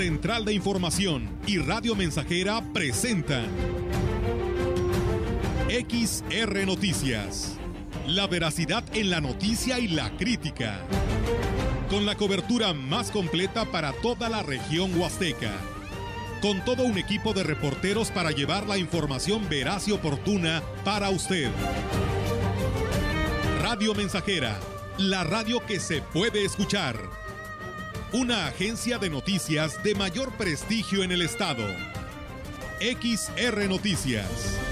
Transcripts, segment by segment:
Central de Información y Radio Mensajera presentan XR Noticias. La veracidad en la noticia y la crítica. Con la cobertura más completa para toda la región huasteca. Con todo un equipo de reporteros para llevar la información veraz y oportuna para usted. Radio Mensajera, la radio que se puede escuchar. Una agencia de noticias de mayor prestigio en el estado. XR Noticias.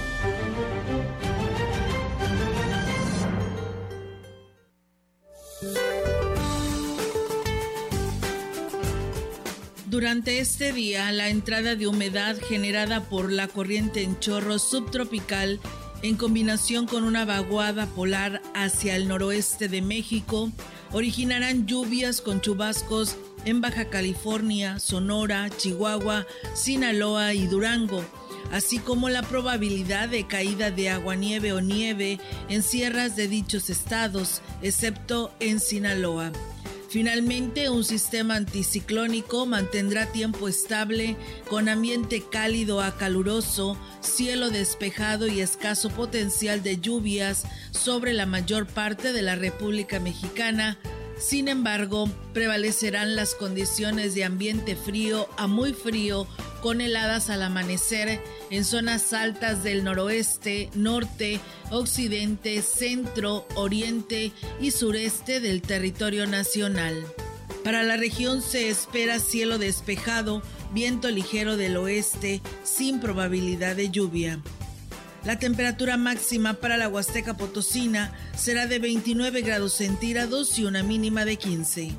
Durante este día, la entrada de humedad generada por la corriente en chorro subtropical, en combinación con una vaguada polar hacia el noroeste de México, originarán lluvias con chubascos en Baja California, Sonora, Chihuahua, Sinaloa y Durango, así como la probabilidad de caída de aguanieve o nieve en sierras de dichos estados, excepto en Sinaloa. Finalmente, un sistema anticiclónico mantendrá tiempo estable con ambiente cálido a caluroso, cielo despejado y escaso potencial de lluvias sobre la mayor parte de la República Mexicana. Sin embargo, prevalecerán las condiciones de ambiente frío a muy frío con heladas al amanecer en zonas altas del noroeste, norte, occidente, centro, oriente y sureste del territorio nacional. Para la región se espera cielo despejado, viento ligero del oeste, sin probabilidad de lluvia. La temperatura máxima para la Huasteca Potosina será de 29 grados centígrados y una mínima de 15.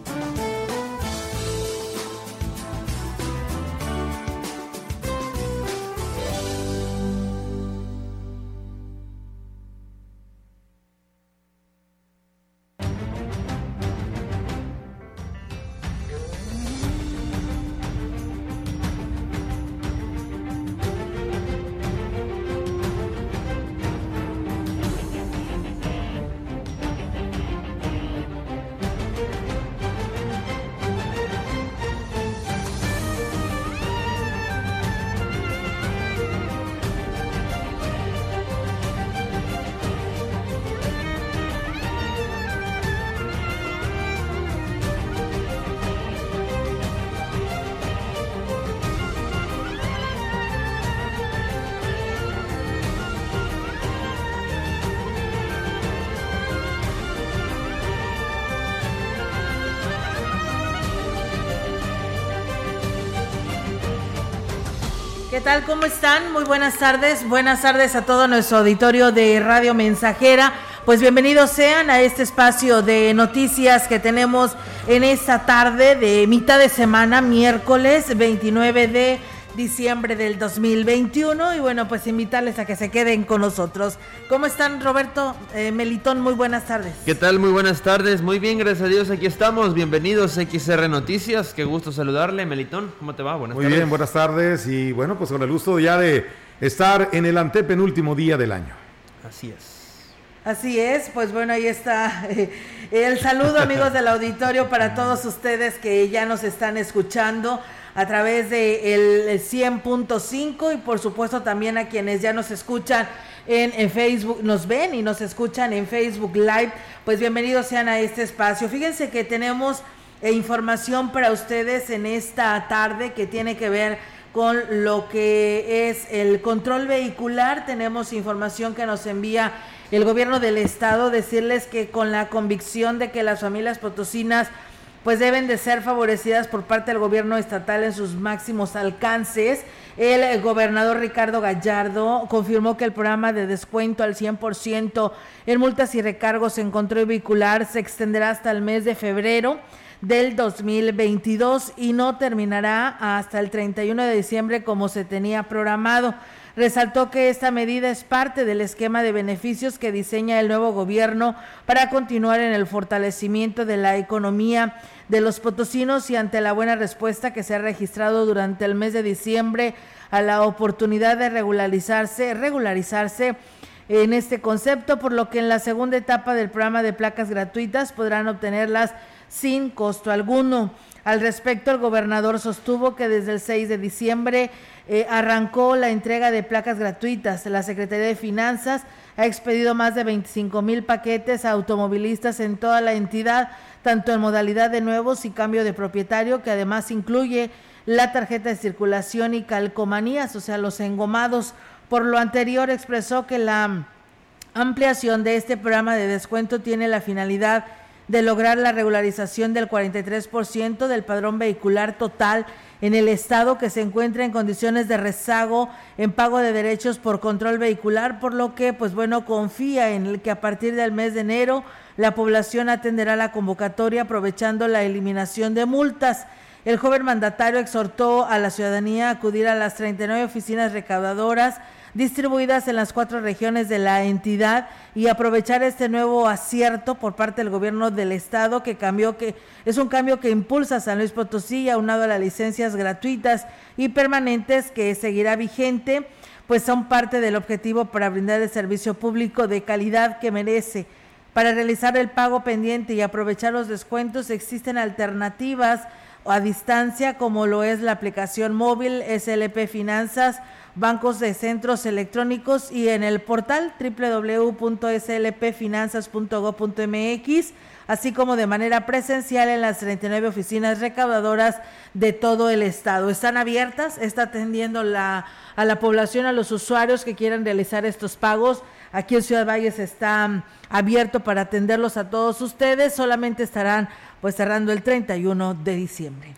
¿Qué tal? ¿Cómo están? Muy buenas tardes. Buenas tardes a todo nuestro auditorio de Radio Mensajera. Pues bienvenidos sean a este espacio de noticias que tenemos en esta tarde de mitad de semana, miércoles 29 de diciembre del 2021. Y bueno, pues invitarles a que se queden con nosotros. ¿Cómo están, Roberto Melitón? Muy buenas tardes. ¿Qué tal? Muy buenas tardes. Muy bien, gracias a Dios, aquí estamos. Bienvenidos a XR Noticias. Qué gusto saludarle, Melitón. ¿Cómo te va? Buenas tardes. Muy bien, buenas tardes. Y bueno, pues con el gusto ya de estar en el antepenúltimo día del año. Así es. Así es, pues bueno, ahí está el saludo, amigos del auditorio, para todos ustedes que ya nos están escuchando a través de el 100.5 y por supuesto también a quienes ya nos escuchan en Facebook, nos ven y nos escuchan en Facebook Live, pues bienvenidos sean a este espacio. Fíjense que tenemos información para ustedes en esta tarde que tiene que ver con lo que es el control vehicular. Tenemos información que nos envía el gobierno del estado, decirles que con la convicción de que las familias potosinas pues deben de ser favorecidas por parte del gobierno estatal en sus máximos alcances. El gobernador Ricardo Gallardo confirmó que el programa de descuento al 100% en multas y recargos en control vehicular se extenderá hasta el mes de febrero del 2022 y no terminará hasta el 31 de diciembre como se tenía programado. Resaltó que esta medida es parte del esquema de beneficios que diseña el nuevo gobierno para continuar en el fortalecimiento de la economía de los potosinos y ante la buena respuesta que se ha registrado durante el mes de diciembre a la oportunidad de regularizarse en este concepto, por lo que en la segunda etapa del programa de placas gratuitas podrán obtenerlas sin costo alguno. Al respecto, el gobernador sostuvo que desde el 6 de diciembre arrancó la entrega de placas gratuitas. La Secretaría de Finanzas ha expedido más de 25,000 paquetes a automovilistas en toda la entidad, tanto en modalidad de nuevos y cambio de propietario, que además incluye la tarjeta de circulación y calcomanías, o sea, los engomados. Por lo anterior, expresó que la ampliación de este programa de descuento tiene la finalidad de lograr la regularización del 43% del padrón vehicular total en el estado, que se encuentra en condiciones de rezago en pago de derechos por control vehicular, por lo que confía en el que a partir del mes de enero la población atenderá la convocatoria aprovechando la eliminación de multas. El joven mandatario exhortó a la ciudadanía a acudir a las 39 oficinas recaudadoras distribuidas en las 4 regiones de la entidad y aprovechar este nuevo acierto por parte del gobierno del estado, que es un cambio que impulsa San Luis Potosí, aunado a las licencias gratuitas y permanentes que seguirá vigente, pues son parte del objetivo para brindar el servicio público de calidad que merece. Para realizar el pago pendiente y aprovechar los descuentos existen alternativas a distancia, como lo es la aplicación móvil SLP Finanzas, bancos de centros electrónicos y en el portal www.slpfinanzas.gov.mx, así como de manera presencial en las 39 oficinas recaudadoras de todo el estado. Están abiertas, está atendiendo a la población, a los usuarios que quieran realizar estos pagos. Aquí en Ciudad Valles está abierto para atenderlos a todos ustedes, solamente estarán cerrando el 31 de diciembre.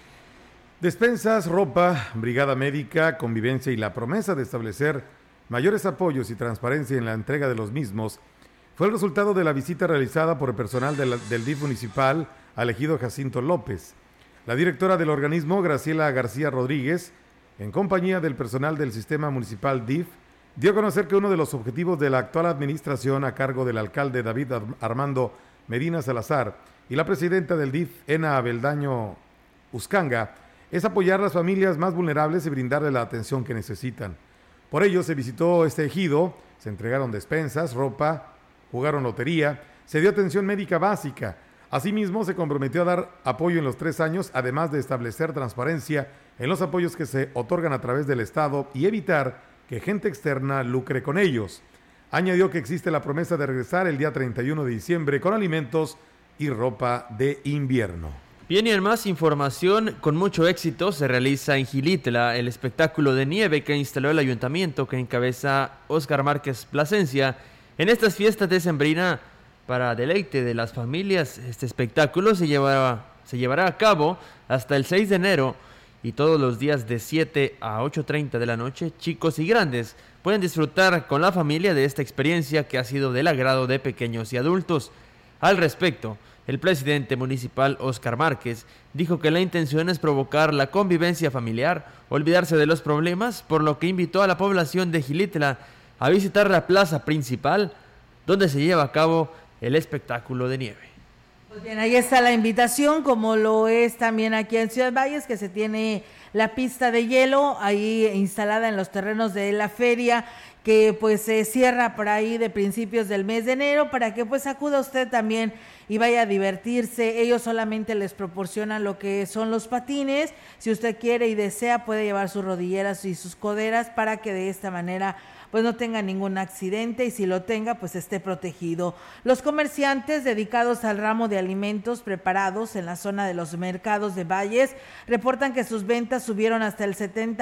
Despensas, ropa, brigada médica, convivencia y la promesa de establecer mayores apoyos y transparencia en la entrega de los mismos fue el resultado de la visita realizada por el personal del DIF municipal al ejido Jacinto López. La directora del organismo, Graciela García Rodríguez, en compañía del personal del sistema municipal DIF, dio a conocer que uno de los objetivos de la actual administración a cargo del alcalde David Armando Medina Salazar y la presidenta del DIF, Ena Abeldaño Uscanga, es apoyar a las familias más vulnerables y brindarles la atención que necesitan. Por ello se visitó este ejido, se entregaron despensas, ropa, jugaron lotería, se dio atención médica básica. Asimismo, se comprometió a dar apoyo en los 3 años, además de establecer transparencia en los apoyos que se otorgan a través del Estado y evitar que gente externa lucre con ellos. Añadió que existe la promesa de regresar el día 31 de diciembre con alimentos y ropa de invierno. Bien, y en más información, con mucho éxito se realiza en Xilitla el espectáculo de nieve que instaló el ayuntamiento que encabeza Óscar Márquez Plasencia. En estas fiestas decembrinas, para deleite de las familias, este espectáculo se llevará a cabo hasta el 6 de enero y todos los días de 7 a 8:30 de la noche. Chicos y grandes pueden disfrutar con la familia de esta experiencia que ha sido del agrado de pequeños y adultos. Al respecto, el presidente municipal Óscar Márquez dijo que la intención es provocar la convivencia familiar, olvidarse de los problemas, por lo que invitó a la población de Xilitla a visitar la plaza principal, donde se lleva a cabo el espectáculo de nieve. Pues bien, ahí está la invitación, como lo es también aquí en Ciudad Valles, que se tiene la pista de hielo ahí instalada en los terrenos de la feria, que se cierra por ahí de principios del mes de enero, para que acuda usted también y vaya a divertirse. Ellos solamente les proporcionan lo que son los patines. Si usted quiere y desea, puede llevar sus rodilleras y sus coderas para que de esta manera no tenga ningún accidente, y si lo tenga, esté protegido. Los comerciantes dedicados al ramo de alimentos preparados en la zona de los mercados de Valles reportan que sus ventas subieron hasta el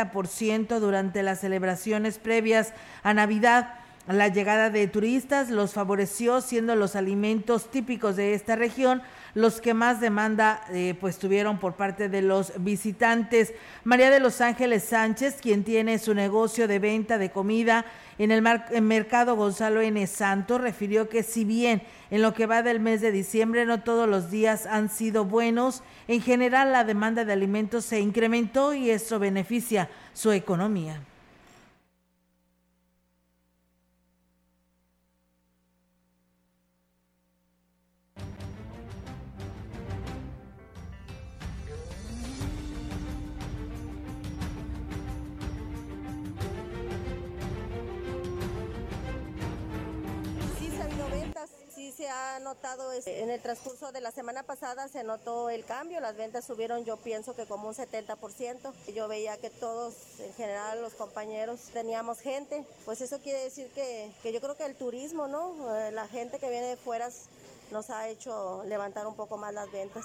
70% durante las celebraciones previas a Navidad. La llegada de turistas los favoreció, siendo los alimentos típicos de esta región los que más demanda tuvieron por parte de los visitantes. María de los Ángeles Sánchez, quien tiene su negocio de venta de comida en el mercado Gonzalo N. Santos, refirió que si bien en lo que va del mes de diciembre no todos los días han sido buenos, en general la demanda de alimentos se incrementó y eso beneficia su economía. se ha notado en el transcurso de la semana pasada, se notó el cambio, las ventas subieron, yo pienso que como un 70%. Yo veía que todos, en general los compañeros, teníamos gente, pues eso quiere decir que yo creo que el turismo, ¿no? La gente que viene de fuera nos ha hecho levantar un poco más las ventas.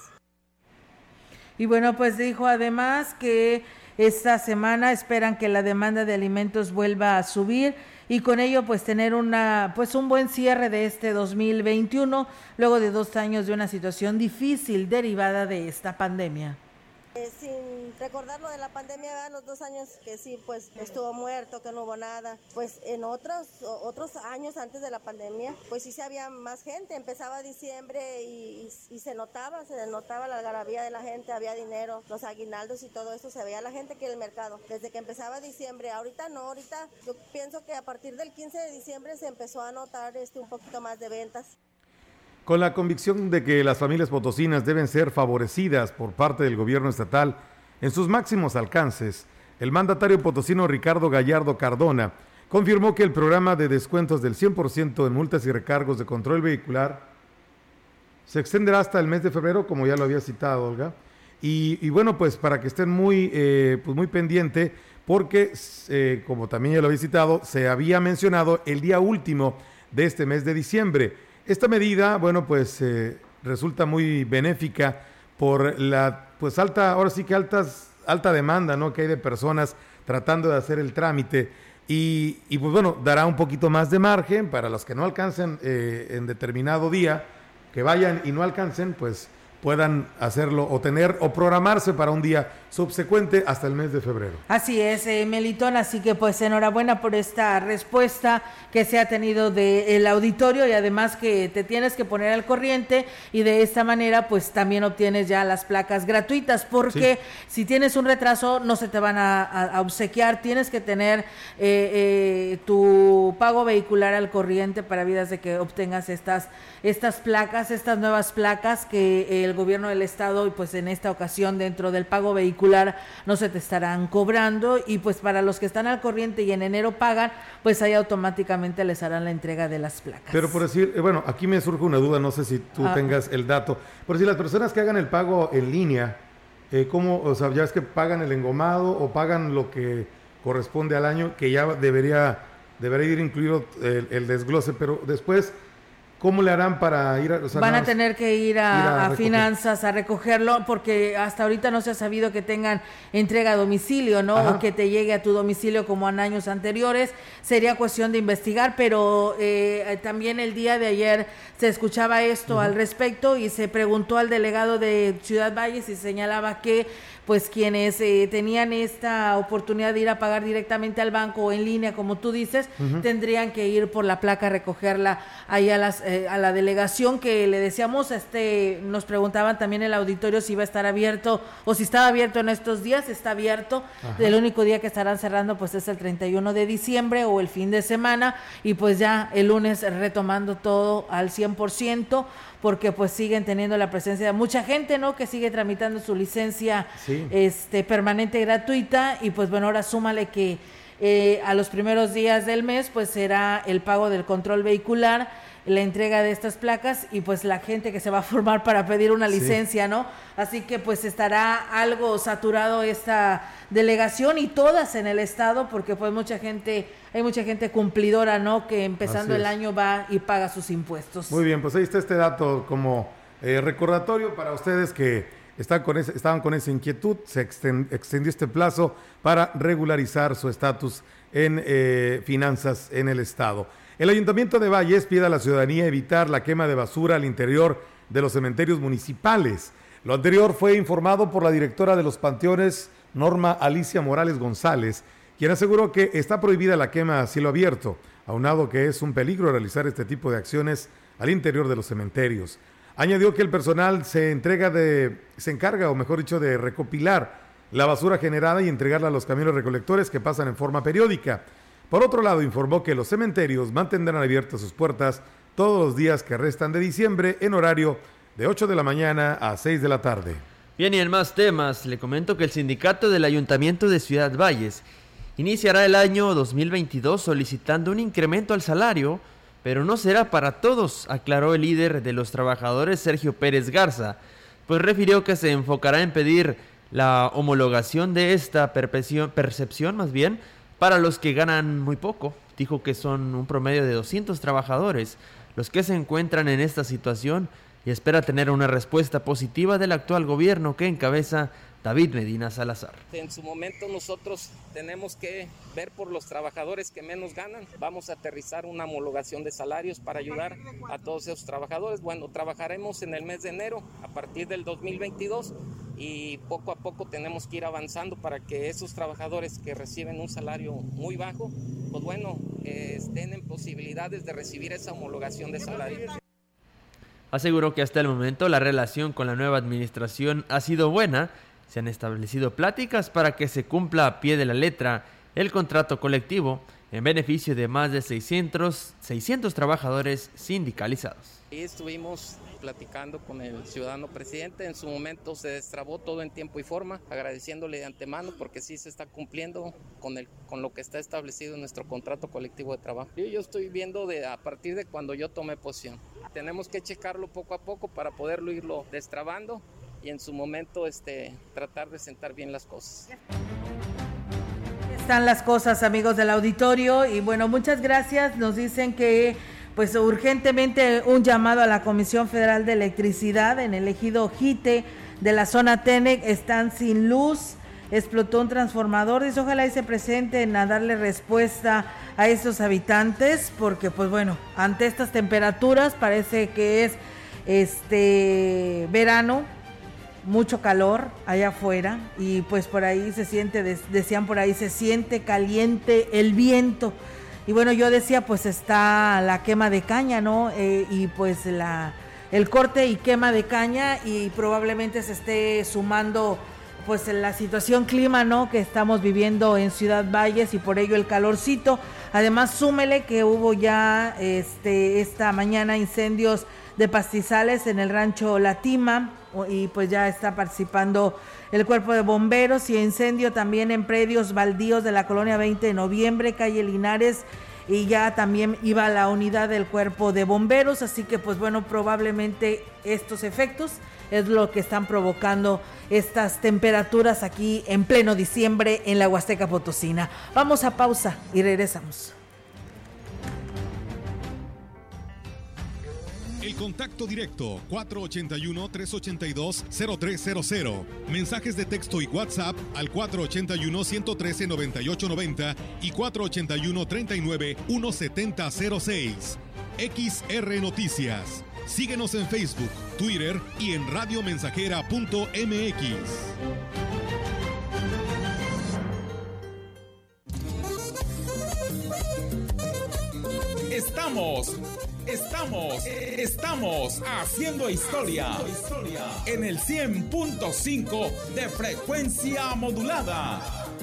Y bueno, pues dijo además que esta semana esperan que la demanda de alimentos vuelva a subir y con ello pues tener un buen cierre de este 2021, luego de 2 años de una situación difícil derivada de esta pandemia. Sin recordar lo de la pandemia, los 2 años que sí, pues estuvo muerto, que no hubo nada, pues en otros años antes de la pandemia, pues sí se había más gente, empezaba diciembre y se notaba la algarabía de la gente, había dinero, los aguinaldos y todo eso, se veía la gente que en el mercado, desde que empezaba diciembre, ahorita no, ahorita yo pienso que a partir del 15 de diciembre se empezó a notar un poquito más de ventas. Con la convicción de que las familias potosinas deben ser favorecidas por parte del gobierno estatal en sus máximos alcances, el mandatario potosino Ricardo Gallardo Cardona confirmó que el programa de descuentos del 100% en multas y recargos de control vehicular se extenderá hasta el mes de febrero, como ya lo había citado Olga, y bueno, pues para que estén muy pendiente, porque como también ya lo había citado, se había mencionado el día último de este mes de diciembre. Esta medida, bueno, pues resulta muy benéfica por la alta demanda, ¿no?, que hay de personas tratando de hacer el trámite y pues bueno, dará un poquito más de margen para los que no alcancen en determinado día, que vayan y no alcancen, pues puedan hacerlo o programarse para un día subsecuente hasta el mes de febrero. Así es, Melitón, así que pues enhorabuena por esta respuesta que se ha tenido del auditorio y además que te tienes que poner al corriente y de esta manera pues también obtienes ya las placas gratuitas porque si tienes un retraso no se te van a obsequiar, tienes que tener tu pago vehicular al corriente para vidas de que obtengas estas placas, estas nuevas placas que el gobierno del estado y pues en esta ocasión dentro del pago vehicular no se te estarán cobrando y pues para los que están al corriente y en enero pagan, pues ahí automáticamente les harán la entrega de las placas. Pero por decir, bueno, aquí me surge una duda, no sé si tú tengas el dato, por si las personas que hagan el pago en línea, ¿cómo, o sea, ya es que pagan el engomado o pagan lo que corresponde al año, que ya debería ir incluido el desglose, pero después ¿cómo le harán para ir a...? Van a tener que ir a finanzas a recogerlo porque hasta ahorita no se ha sabido que tengan entrega a domicilio, ¿no? Ajá. O que te llegue a tu domicilio como en años anteriores. Sería cuestión de investigar, pero también el día de ayer se escuchaba esto al respecto y se preguntó al delegado de Ciudad Valles y señalaba que pues quienes tenían esta oportunidad de ir a pagar directamente al banco o en línea, como tú dices, tendrían que ir por la placa a recogerla ahí a la delegación que le decíamos, nos preguntaban también el auditorio si iba a estar abierto o si estaba abierto en estos días. Está abierto. El único día que estarán cerrando pues es el 31 de diciembre o el fin de semana y pues ya el lunes retomando todo al 100%, porque pues siguen teniendo la presencia de mucha gente, ¿no?, que sigue tramitando su licencia permanente gratuita y pues bueno, ahora súmale que a los primeros días del mes pues será el pago del control vehicular, la entrega de estas placas y pues la gente que se va a formar para pedir una licencia, ¿no? Así que pues estará algo saturado esta delegación y todas en el estado porque pues hay mucha gente cumplidora, ¿no?, que empezando el año va y paga sus impuestos. Muy bien, pues ahí está este dato como recordatorio para ustedes que estaban con esa inquietud. Se extendió este plazo para regularizar su estatus en finanzas en el estado. El Ayuntamiento de Valles pide a la ciudadanía evitar la quema de basura al interior de los cementerios municipales. Lo anterior fue informado por la directora de los panteones, Norma Alicia Morales González, quien aseguró que está prohibida la quema a cielo abierto, aunado que es un peligro realizar este tipo de acciones al interior de los cementerios. Añadió que el personal se encarga, de recopilar la basura generada y entregarla a los camiones recolectores que pasan en forma periódica. Por otro lado, informó que los cementerios mantendrán abiertas sus puertas todos los días que restan de diciembre en horario de 8 de la mañana a 6 de la tarde. Bien, y en más temas, le comento que el sindicato del Ayuntamiento de Ciudad Valles iniciará el año 2022 solicitando un incremento al salario pero no será para todos, aclaró el líder de los trabajadores, Sergio Pérez Garza, pues refirió que se enfocará en pedir la homologación de esta percepción más bien para los que ganan muy poco. Dijo que son un promedio de 200 trabajadores los que se encuentran en esta situación y espera tener una respuesta positiva del actual gobierno que encabeza David Medina Salazar. En su momento nosotros tenemos que ver por los trabajadores que menos ganan. Vamos a aterrizar una homologación de salarios para ayudar a todos esos trabajadores. Bueno, trabajaremos en el mes de enero a partir del 2022 y poco a poco tenemos que ir avanzando para que esos trabajadores que reciben un salario muy bajo, pues bueno, estén en posibilidades de recibir esa homologación de salarios. Aseguró que hasta el momento la relación con la nueva administración ha sido buena. Se han establecido pláticas para que se cumpla a pie de la letra el contrato colectivo en beneficio de más de 600 trabajadores sindicalizados. Y estuvimos platicando con el ciudadano presidente. En su momento se destrabó todo en tiempo y forma, agradeciéndole de antemano porque sí se está cumpliendo con lo que está establecido en nuestro contrato colectivo de trabajo. Yo estoy viendo a partir de cuando yo tomé posición. Tenemos que checarlo poco a poco para poderlo irlo destrabando y en su momento tratar de sentar bien las cosas. Están las cosas, amigos del auditorio, y bueno, muchas gracias. Nos dicen que pues urgentemente un llamado a la Comisión Federal de Electricidad en el ejido Jite de la zona Tenec, están sin luz, explotó un transformador, dice, ojalá y se presenten a darle respuesta a esos habitantes, porque pues bueno, ante estas temperaturas parece que es verano, mucho calor allá afuera, y pues por ahí se siente, decían por ahí, se siente caliente el viento. Y bueno, yo decía, pues está la quema de caña, ¿no? Y pues el corte y quema de caña, y probablemente se esté sumando pues la situación clima, ¿no?, que estamos viviendo en Ciudad Valles, y por ello el calorcito. Además, súmele que hubo ya esta mañana incendios de pastizales en el rancho La Tima, y pues ya está participando el cuerpo de bomberos, y incendio también en predios baldíos de la colonia 20 de noviembre, calle Linares, y ya también iba la unidad del cuerpo de bomberos, así que pues bueno, probablemente estos efectos es lo que están provocando estas temperaturas aquí en pleno diciembre en la Huasteca Potosina. Vamos a pausa y regresamos. El contacto directo 481-382-0300. Mensajes de texto y WhatsApp al 481-113-9890 y 481-39-1706. XR Noticias. Síguenos en Facebook, Twitter y en radiomensajera.mx. Estamos haciendo historia en el 100.5 de frecuencia modulada.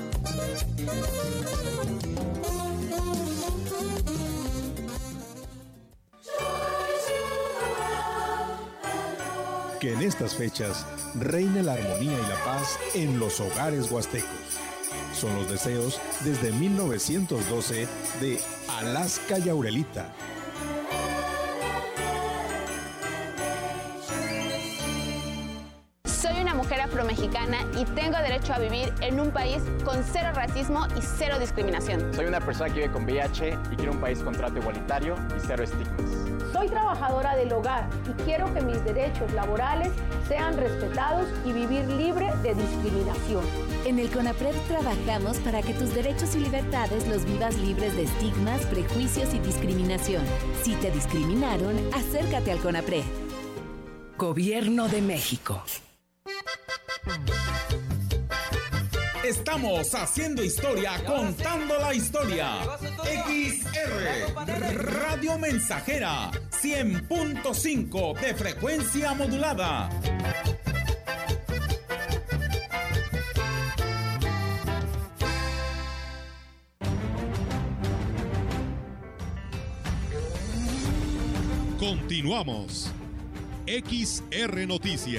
Que en estas fechas reine la armonía y la paz en los hogares huastecos. Son los deseos desde 1912 de Alaska y Aurelita. Soy una mujer afromexicana y tengo derecho a vivir en un país con cero racismo y cero discriminación. Soy una persona que vive con VIH y quiero un país con trato igualitario y cero estigmas. Soy trabajadora del hogar y quiero que mis derechos laborales sean respetados y vivir libre de discriminación. En el CONAPRED trabajamos para que tus derechos y libertades los vivas libres de estigmas, prejuicios y discriminación. Si te discriminaron, acércate al CONAPRED. Gobierno de México. Estamos haciendo historia, contando la historia. XR Radio Mensajera 100.5 de frecuencia modulada. Continuamos. XR Noticias.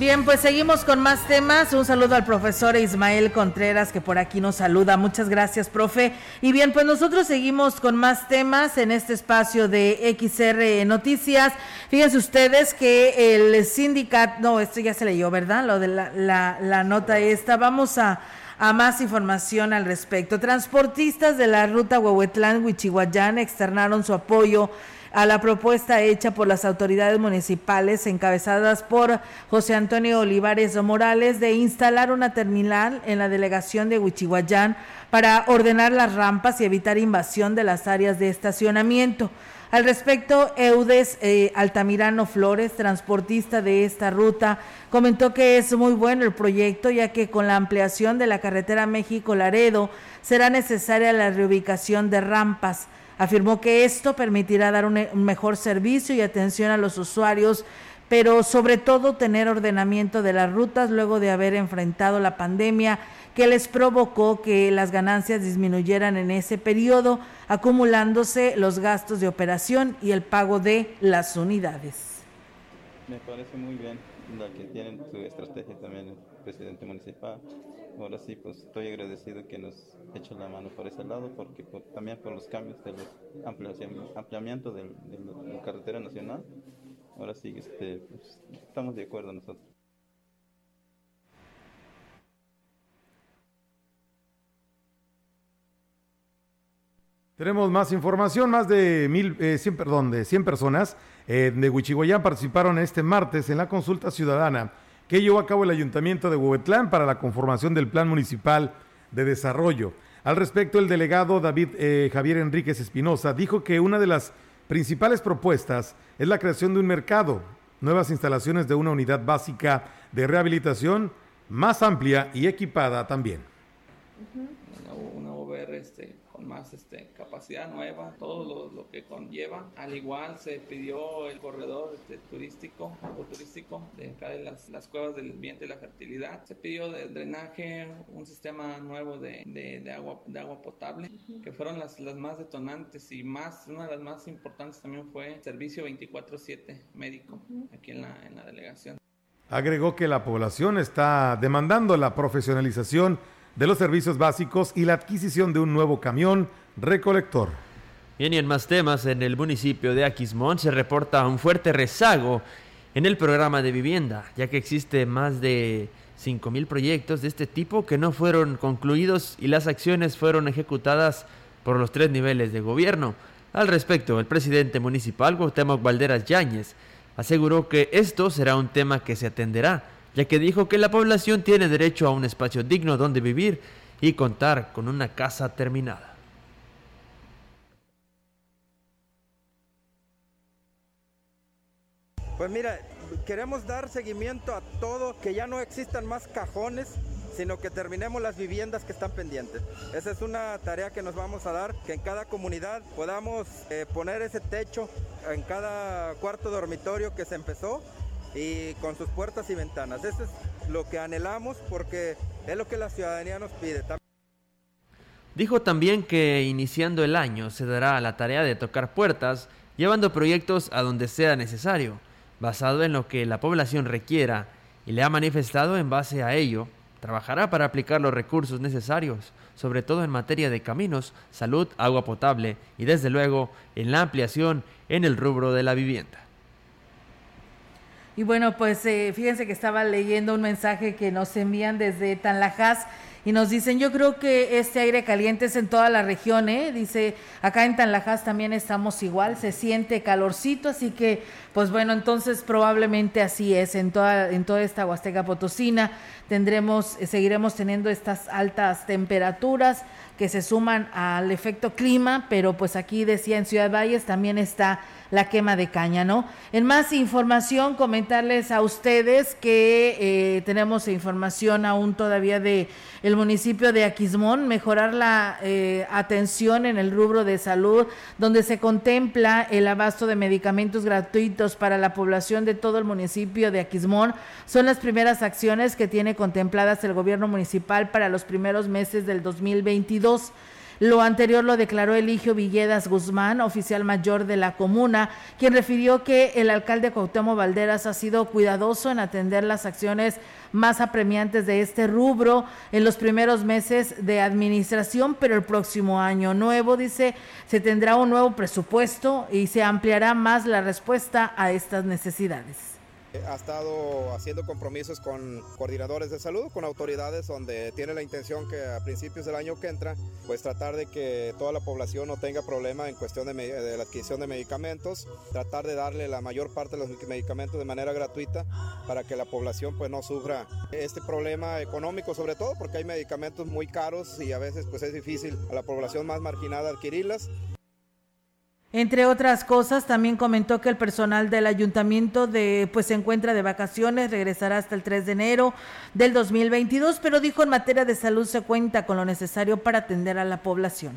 Bien, pues seguimos con más temas. Un saludo al profesor Ismael Contreras, que por aquí nos saluda. Muchas gracias, profe. Y bien, pues nosotros seguimos con más temas en este espacio de XR Noticias. Fíjense ustedes que el sindicato, no, esto ya se leyó, ¿verdad? Lo de la nota esta. Vamos a más información al respecto. Transportistas de la ruta Huehuetlán-Huichihuayán externaron su apoyo a la propuesta hecha por las autoridades municipales encabezadas por José Antonio Olivares Morales de instalar una terminal en la delegación de Huichihuayán para ordenar las rampas y evitar invasión de las áreas de estacionamiento. Al respecto, Eudes Altamirano Flores, transportista de esta ruta, comentó que es muy bueno el proyecto, ya que con la ampliación de la carretera México-Laredo será necesaria la reubicación de rampas. Afirmó que esto permitirá dar un mejor servicio y atención a los usuarios, pero sobre todo tener ordenamiento de las rutas luego de haber enfrentado la pandemia que les provocó que las ganancias disminuyeran en ese periodo, acumulándose los gastos de operación y el pago de las unidades. Me parece muy bien la que tienen su estrategia también el presidente municipal. Ahora sí, pues estoy agradecido que nos echen la mano por ese lado, porque también por los cambios del ampliamiento de la carretera nacional. Ahora sí, pues, estamos de acuerdo nosotros. Tenemos más información. Más de 100 personas de Huichihuayán participaron este martes en la consulta ciudadana que llevó a cabo el Ayuntamiento de Huehuetlán para la conformación del Plan Municipal de Desarrollo. Al respecto, el delegado David Javier Enríquez Espinosa dijo que una de las principales propuestas es la creación de un mercado, nuevas instalaciones de una unidad básica de rehabilitación más amplia y equipada también. Una UBR con más capacidad nueva, todo lo que conlleva. Al igual se pidió el corredor turístico de acá de las cuevas del ambiente y la fertilidad. Se pidió de drenaje, un sistema nuevo de agua potable, que fueron las más detonantes, y una de las más importantes también fue el servicio 24/7 médico aquí en la delegación. Agregó que la población está demandando la profesionalización de los servicios básicos y la adquisición de un nuevo camión recolector. Bien, y en más temas, en el municipio de Aquismón se reporta un fuerte rezago en el programa de vivienda, ya que existe más de 5,000 proyectos de este tipo que no fueron concluidos y las acciones fueron ejecutadas por los 3 niveles de gobierno. Al respecto, el presidente municipal, Cuauhtémoc Valderas Yáñez, aseguró que esto será un tema que se atenderá, ya que dijo que la población tiene derecho a un espacio digno donde vivir y contar con una casa terminada. Pues mira, queremos dar seguimiento a todo, que ya no existan más cajones, sino que terminemos las viviendas que están pendientes. Esa es una tarea que nos vamos a dar, que en cada comunidad podamos poner ese techo en cada cuarto dormitorio que se empezó, y con sus puertas y ventanas. Eso es lo que anhelamos, porque es lo que la ciudadanía nos pide. Dijo también que iniciando el año se dará la tarea de tocar puertas, llevando proyectos a donde sea necesario, basado en lo que la población requiera, y le ha manifestado en base a ello, trabajará para aplicar los recursos necesarios, sobre todo en materia de caminos, salud, agua potable y desde luego en la ampliación en el rubro de la vivienda. Y bueno, pues fíjense que estaba leyendo un mensaje que nos envían desde Tanlajas y nos dicen, yo creo que este aire caliente es en toda la región, dice, acá en Tanlajas también estamos igual, se siente calorcito, así que, pues bueno, entonces probablemente así es, en toda esta Huasteca Potosina seguiremos teniendo estas altas temperaturas que se suman al efecto clima, pero pues aquí decía en Ciudad Valles también está la quema de caña, ¿no? En más información, comentarles a ustedes que tenemos información aún todavía de el municipio de Aquismón, mejorar la atención en el rubro de salud, donde se contempla el abasto de medicamentos gratuitos para la población de todo el municipio de Aquismón. Son las primeras acciones que tiene contempladas el gobierno municipal para los primeros meses del 2022. Lo anterior lo declaró Eligio Villedas Guzmán, oficial mayor de la comuna, quien refirió que el alcalde Cuauhtémoc Valderas ha sido cuidadoso en atender las acciones más apremiantes de este rubro en los primeros meses de administración, pero el próximo año nuevo, dice, se tendrá un nuevo presupuesto y se ampliará más la respuesta a estas necesidades. Ha estado haciendo compromisos con coordinadores de salud, con autoridades, donde tiene la intención que a principios del año que entra, pues tratar de que toda la población no tenga problema en cuestión de la adquisición de medicamentos, tratar de darle la mayor parte de los medicamentos de manera gratuita para que la población pues no sufra este problema económico, sobre todo porque hay medicamentos muy caros y a veces pues es difícil a la población más marginada adquirirlas. Entre otras cosas, también comentó que el personal del ayuntamiento se encuentra de vacaciones, regresará hasta el 3 de enero del 2022, pero dijo en materia de salud se cuenta con lo necesario para atender a la población.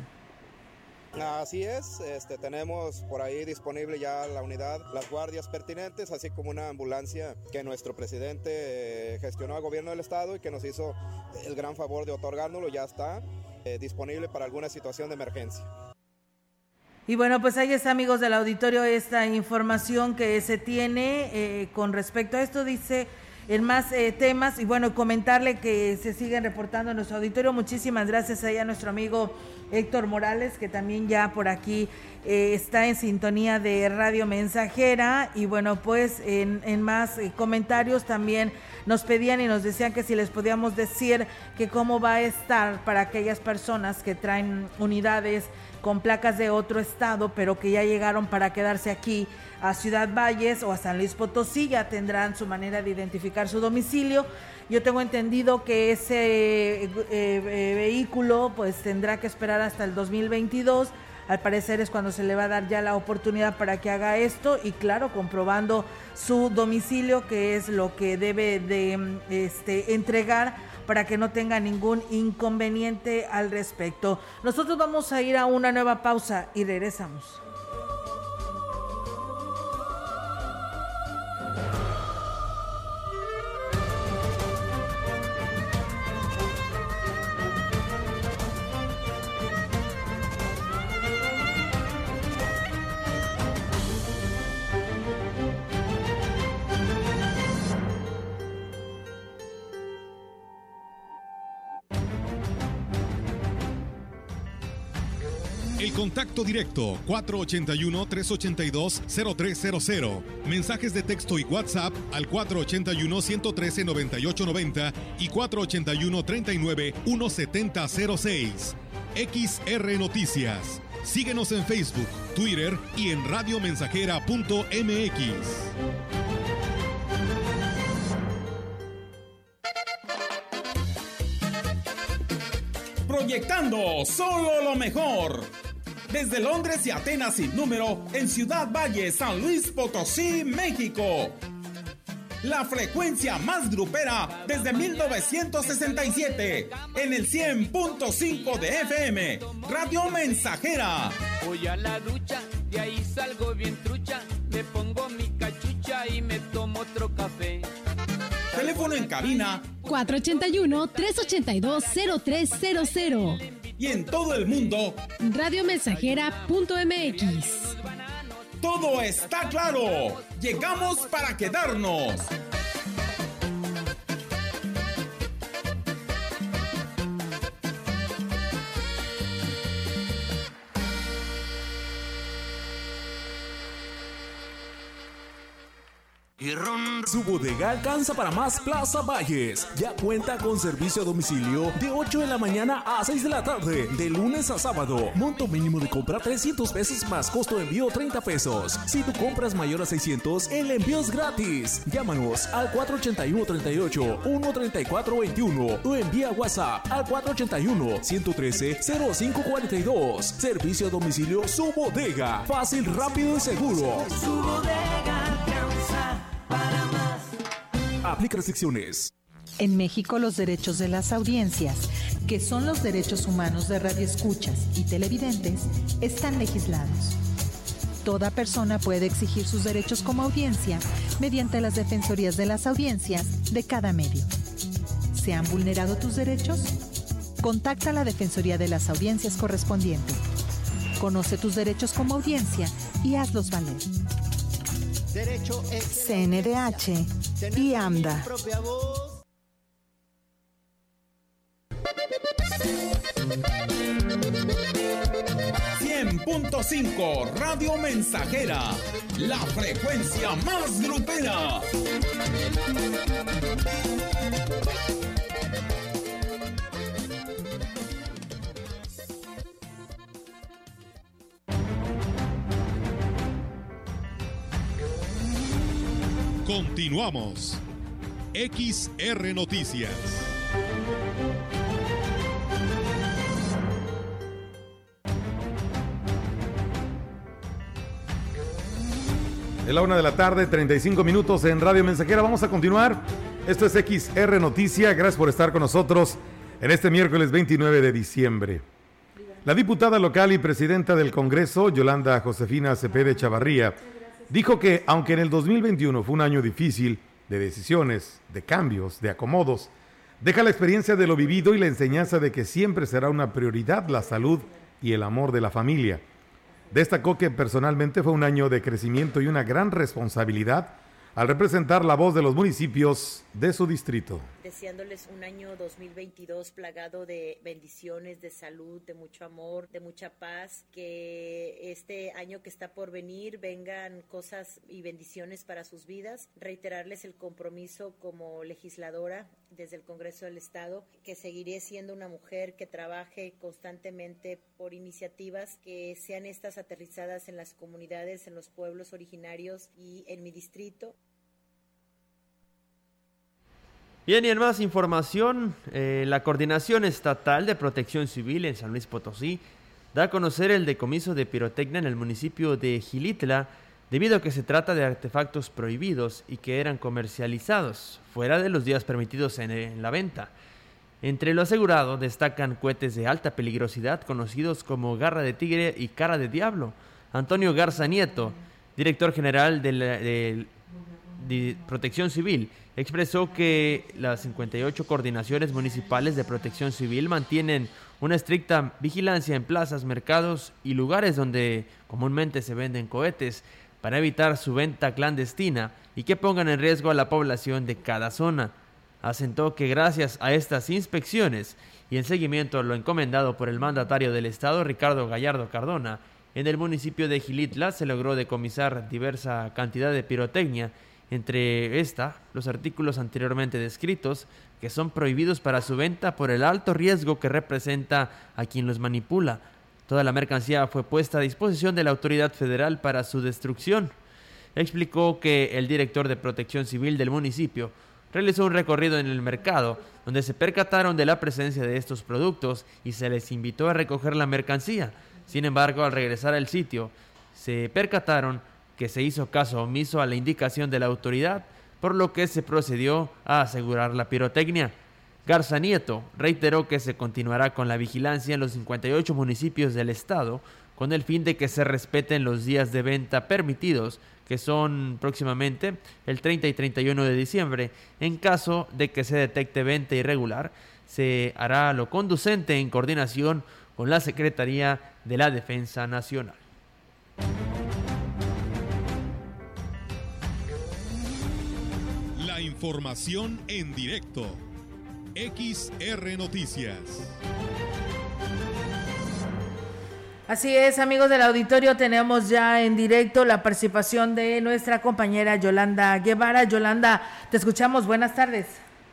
Así es, tenemos por ahí disponible ya la unidad, las guardias pertinentes, así como una ambulancia que nuestro presidente gestionó al gobierno del estado y que nos hizo el gran favor de otorgárnoslo, ya está disponible para alguna situación de emergencia. Y bueno, pues ahí está, amigos del auditorio, esta información que se tiene con respecto a esto, dice en más temas, y bueno, comentarle que se siguen reportando en nuestro auditorio. Muchísimas gracias ahí a nuestro amigo Héctor Morales, que también ya por aquí está en sintonía de Radio Mensajera. Y bueno, pues en más comentarios también nos pedían y nos decían que si les podíamos decir que cómo va a estar para aquellas personas que traen unidades con placas de otro estado, pero que ya llegaron para quedarse aquí a Ciudad Valles o a San Luis Potosí, ya tendrán su manera de identificar su domicilio. Yo tengo entendido que ese vehículo pues tendrá que esperar hasta el 2022, al parecer es cuando se le va a dar ya la oportunidad para que haga esto, y claro, comprobando su domicilio, que es lo que debe de entregar para que no tenga ningún inconveniente al respecto. Nosotros vamos a ir a una nueva pausa y regresamos. El contacto directo 481-382-0300. Mensajes de texto y WhatsApp al 481-113-9890 y 481-39-1706. XR Noticias. Síguenos en Facebook, Twitter y en radiomensajera.mx. Proyectando solo lo mejor. Desde Londres y Atenas sin número, en Ciudad Valle, San Luis Potosí, México. La frecuencia más grupera desde 1967, en el 100.5 de FM, Radio Mensajera. Voy a la ducha, de ahí salgo bien trucha, me pongo mi cachucha y me tomo otro café. Teléfono en cabina 481-382-0300. Y en todo el mundo, radiomensajera.mx. Todo está claro. Llegamos para quedarnos. Su bodega alcanza para más Plaza Valles. Ya cuenta con servicio a domicilio de 8 de la mañana a 6 de la tarde, de lunes a sábado. Monto mínimo de compra 300 pesos más costo de envío 30 pesos. Si tu compras mayor a 600, el envío es gratis. Llámanos al 481-38-134-21 o envía WhatsApp al 481-113-0542. Servicio a domicilio Su Bodega. Fácil, rápido y seguro. Su bodega alcanza para más. Aplica restricciones. En México, los derechos de las audiencias, que son los derechos humanos de radioescuchas y televidentes, están legislados. Toda persona puede exigir sus derechos como audiencia mediante las defensorías de las audiencias de cada medio. ¿Se han vulnerado tus derechos? Contacta a la Defensoría de las Audiencias correspondiente. Conoce tus derechos como audiencia y hazlos valer. CNDH y AMDA. 100.5 Radio Mensajera, la frecuencia más grupera. Continuamos. XR Noticias. Es la 1 de la tarde, 35 minutos en Radio Mensajera. Vamos a continuar. Esto es XR Noticia. Gracias por estar con nosotros en este miércoles 29 de diciembre. La diputada local y presidenta del Congreso, Yolanda Josefina Cepede Chavarría, dijo que aunque en el 2021 fue un año difícil de decisiones, de cambios, de acomodos, deja la experiencia de lo vivido y la enseñanza de que siempre será una prioridad la salud y el amor de la familia. Destacó que personalmente fue un año de crecimiento y una gran responsabilidad al representar la voz de los municipios de su distrito. Deseándoles un año 2022 plagado de bendiciones, de salud, de mucho amor, de mucha paz, que este año que está por venir vengan cosas y bendiciones para sus vidas, reiterarles el compromiso como legisladora desde el Congreso del Estado, que seguiré siendo una mujer que trabaje constantemente por iniciativas que sean estas aterrizadas en las comunidades, en los pueblos originarios y en mi distrito. Bien, y en más información, la Coordinación Estatal de Protección Civil en San Luis Potosí da a conocer el decomiso de pirotecnia en el municipio de Xilitla, debido a que se trata de artefactos prohibidos y que eran comercializados fuera de los días permitidos en la venta. Entre lo asegurado destacan cohetes de alta peligrosidad conocidos como garra de tigre y cara de diablo. Antonio Garza Nieto, director general de Protección Civil, expresó que las 58 coordinaciones municipales de protección civil mantienen una estricta vigilancia en plazas, mercados y lugares donde comúnmente se venden cohetes para evitar su venta clandestina y que pongan en riesgo a la población de cada zona. Asentó que gracias a estas inspecciones y en seguimiento a lo encomendado por el mandatario del Estado, Ricardo Gallardo Cardona, en el municipio de Xilitla se logró decomisar diversa cantidad de pirotecnia, entre esta, los artículos anteriormente descritos, que son prohibidos para su venta por el alto riesgo que representa a quien los manipula. Toda la mercancía fue puesta a disposición de la autoridad federal para su destrucción. Explicó que el director de Protección Civil del municipio realizó un recorrido en el mercado, donde se percataron de la presencia de estos productos y se les invitó a recoger la mercancía. Sin embargo, al regresar al sitio, se percataron que se hizo caso omiso a la indicación de la autoridad, por lo que se procedió a asegurar la pirotecnia. Garza Nieto reiteró que se continuará con la vigilancia en los 58 municipios del estado, con el fin de que se respeten los días de venta permitidos, que son próximamente el 30 y 31 de diciembre. En caso de que se detecte venta irregular, se hará lo conducente en coordinación con la Secretaría de la Defensa Nacional. La información en directo. XR Noticias. Así es, amigos del auditorio, tenemos ya en directo la participación de nuestra compañera Yolanda Guevara. Yolanda, te escuchamos. Buenas tardes.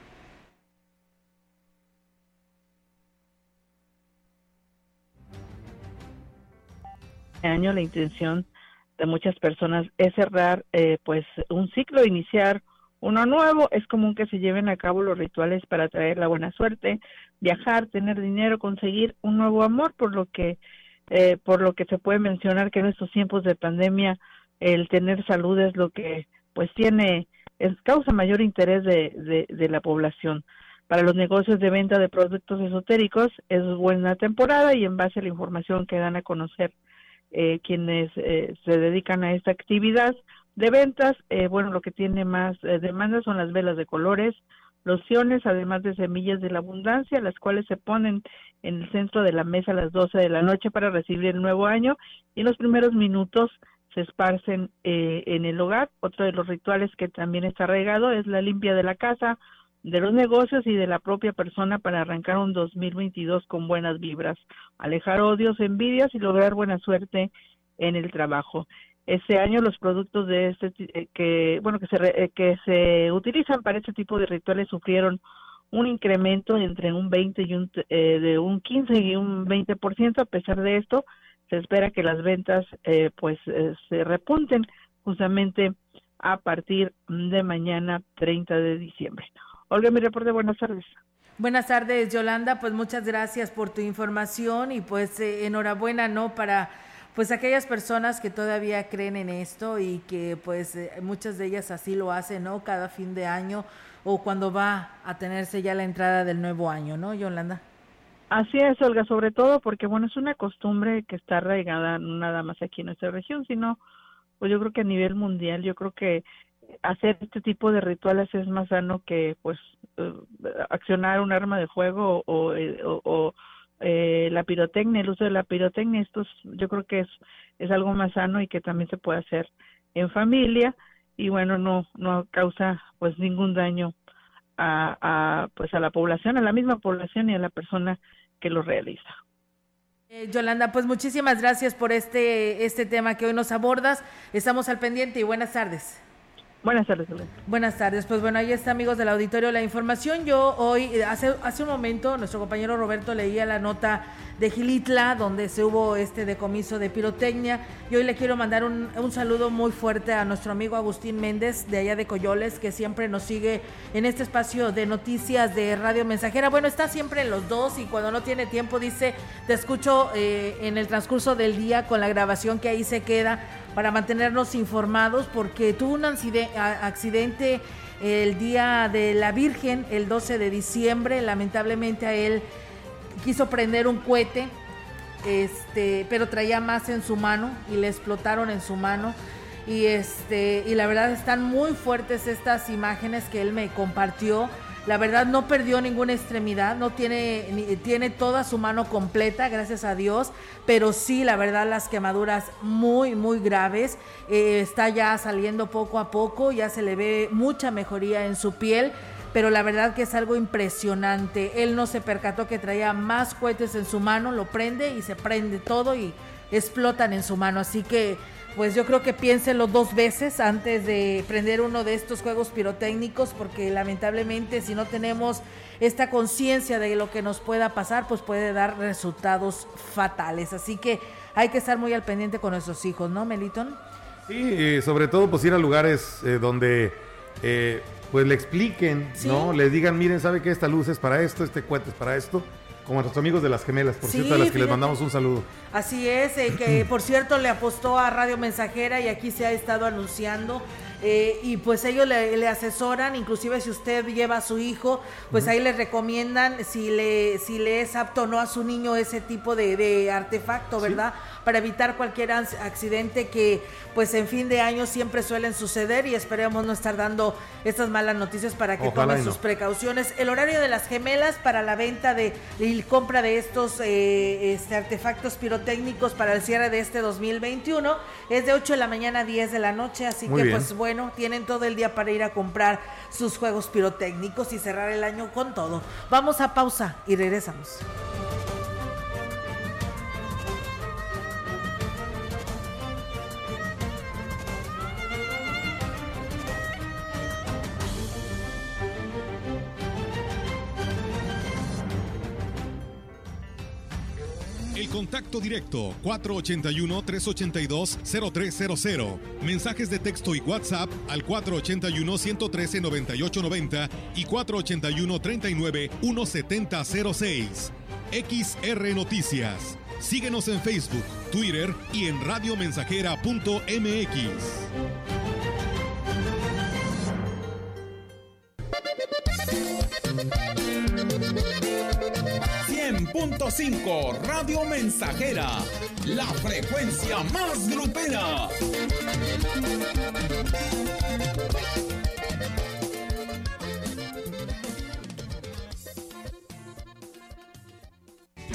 Este año la intención de muchas personas es cerrar pues un ciclo, iniciar uno nuevo. Es común que se lleven a cabo los rituales para traer la buena suerte, viajar, tener dinero, conseguir un nuevo amor, por lo que se puede mencionar que en estos tiempos de pandemia el tener salud es lo que pues causa mayor interés de la población. Para los negocios de venta de productos esotéricos es buena temporada, y en base a la información que dan a conocer quienes se dedican a esta actividad de ventas, lo que tiene más demanda son las velas de colores, lociones, además de semillas de la abundancia, las cuales se ponen en el centro de la mesa a las 12 de la noche para recibir el nuevo año, y en los primeros minutos se esparcen en el hogar. Otro de los rituales que también está arraigado es la limpia de la casa, de los negocios y de la propia persona para arrancar un 2022 con buenas vibras, alejar odios, envidias y lograr buena suerte en el trabajo. Este año los productos de que se utilizan para este tipo de rituales sufrieron un incremento entre un 20 y de un 15 y un 20%. A pesar de esto, se espera que las ventas se repunten justamente a partir de mañana 30 de diciembre. Olga, mi reporte, buenas tardes. Buenas tardes, Yolanda, pues muchas gracias por tu información y pues enhorabuena, ¿no?, para pues aquellas personas que todavía creen en esto y que pues muchas de ellas así lo hacen, ¿no?, cada fin de año o cuando va a tenerse ya la entrada del nuevo año, ¿no, Yolanda? Así es, Olga, sobre todo porque, bueno, es una costumbre que está arraigada no nada más aquí en nuestra región, sino pues yo creo que a nivel mundial. Yo creo que hacer este tipo de rituales es más sano que pues accionar un arma de fuego o la pirotecnia, el uso de la pirotecnia. Yo creo que es algo más sano y que también se puede hacer en familia y bueno, no causa pues ningún daño a la población, a la misma población y a la persona que lo realiza. Yolanda, pues muchísimas gracias por este tema que hoy nos abordas. Estamos al pendiente y buenas tardes. Buenas tardes, Yolanda. Buenas tardes, pues bueno, ahí está, amigos del auditorio, la información. Yo hoy, hace un momento, nuestro compañero Roberto leía la nota de Xilitla, donde se hubo decomiso de pirotecnia, y hoy le quiero mandar un saludo muy fuerte a nuestro amigo Agustín Méndez, de allá de Coyoles, que siempre nos sigue en este espacio de noticias de Radio Mensajera. Bueno, está siempre en los dos, y cuando no tiene tiempo dice, te escucho en el transcurso del día con la grabación que ahí se queda, para mantenernos informados, porque tuvo un accidente el día de la Virgen, el 12 de diciembre, lamentablemente a él quiso prender un cohete, pero traía más en su mano y le explotaron en su mano, y la verdad están muy fuertes estas imágenes que él me compartió. La verdad no perdió ninguna extremidad, tiene toda su mano completa, gracias a Dios, pero sí, la verdad, las quemaduras muy, muy graves. Está ya saliendo poco a poco, ya se le ve mucha mejoría en su piel, pero la verdad que es algo impresionante. Él no se percató que traía más cohetes en su mano, lo prende y se prende todo y explotan en su mano, así que pues yo creo que piénselo 2 veces antes de prender uno de estos juegos pirotécnicos, porque lamentablemente si no tenemos esta conciencia de lo que nos pueda pasar, pues puede dar resultados fatales. Así que hay que estar muy al pendiente con nuestros hijos, ¿no, Melitón? Sí, sobre todo pues ir a lugares donde pues le expliquen, ¿sí? ¿No? Les digan, miren, ¿sabe qué? Esta luz es para esto, este cohete es para esto. Como a nuestros amigos de las Gemelas, por cierto, a las que les mandamos un saludo. Así es, que por cierto le apostó a Radio Mensajera y aquí se ha estado anunciando. Y pues ellos le asesoran, inclusive si usted lleva a su hijo, pues ahí le recomiendan si le es apto o no a su niño ese tipo de artefacto, ¿verdad? Sí. Para evitar cualquier accidente que pues en fin de año siempre suelen suceder, y esperemos no estar dando estas malas noticias para que tomen sus precauciones. El horario de las Gemelas para la venta y compra de estos artefactos pirotécnicos para el cierre de 2021 es de 8 de la mañana a 10 de la noche, así muy que bien. Pues bueno, tienen todo el día para ir a comprar sus juegos pirotécnicos y cerrar el año con todo. Vamos a pausa y regresamos. El contacto directo 481-382-0300. Mensajes de texto y WhatsApp al 481-113-9890 y 481-39-1706. XR Noticias. Síguenos en Facebook, Twitter y en radiomensajera.mx. 100.5 Radio Mensajera, la frecuencia más grupera.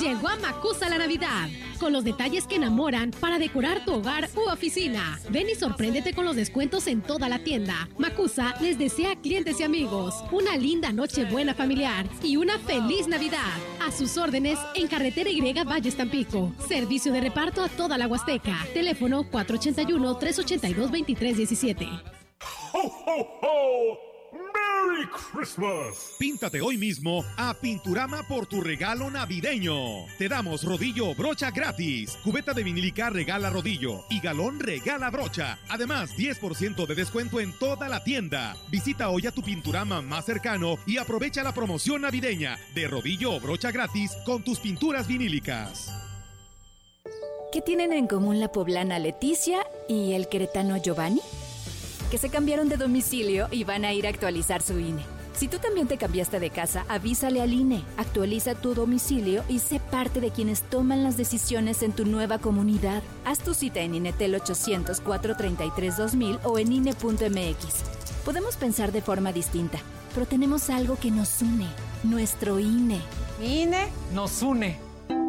Llegó a Macusa la Navidad, con los detalles que enamoran para decorar tu hogar u oficina. Ven y sorpréndete con los descuentos en toda la tienda. Macusa les desea a clientes y amigos una linda Nochebuena familiar y una feliz Navidad. A sus órdenes en Carretera Y Valles Tampico. Servicio de reparto a toda la Huasteca. Teléfono 481-382-2317. ¡Ho, ho, ho! ¡Merry Christmas! Píntate hoy mismo a Pinturama por tu regalo navideño. Te damos rodillo o brocha gratis. Cubeta de vinílica regala rodillo y galón regala brocha. Además, 10% de descuento en toda la tienda. Visita hoy a tu Pinturama más cercano y aprovecha la promoción navideña de rodillo o brocha gratis con tus pinturas vinílicas. ¿Qué tienen en común la poblana Leticia y el queretano Giovanni? Que se cambiaron de domicilio y van a ir a actualizar su INE. Si tú también te cambiaste de casa, avísale al INE, actualiza tu domicilio y sé parte de quienes toman las decisiones en tu nueva comunidad. Haz tu cita en INETEL 800-433-2000 o en INE.mx. Podemos pensar de forma distinta, pero tenemos algo que nos une, nuestro INE. INE nos une.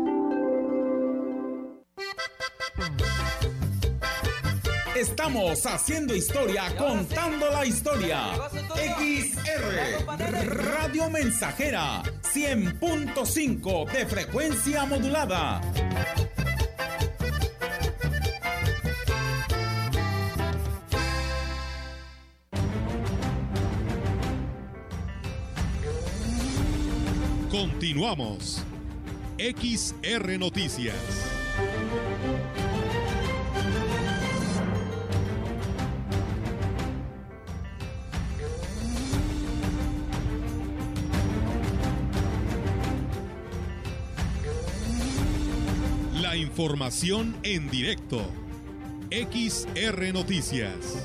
Estamos haciendo historia, contando la historia. XR Radio Mensajera 100.5 de frecuencia modulada. Continuamos. XR Noticias. La información en directo. XR Noticias.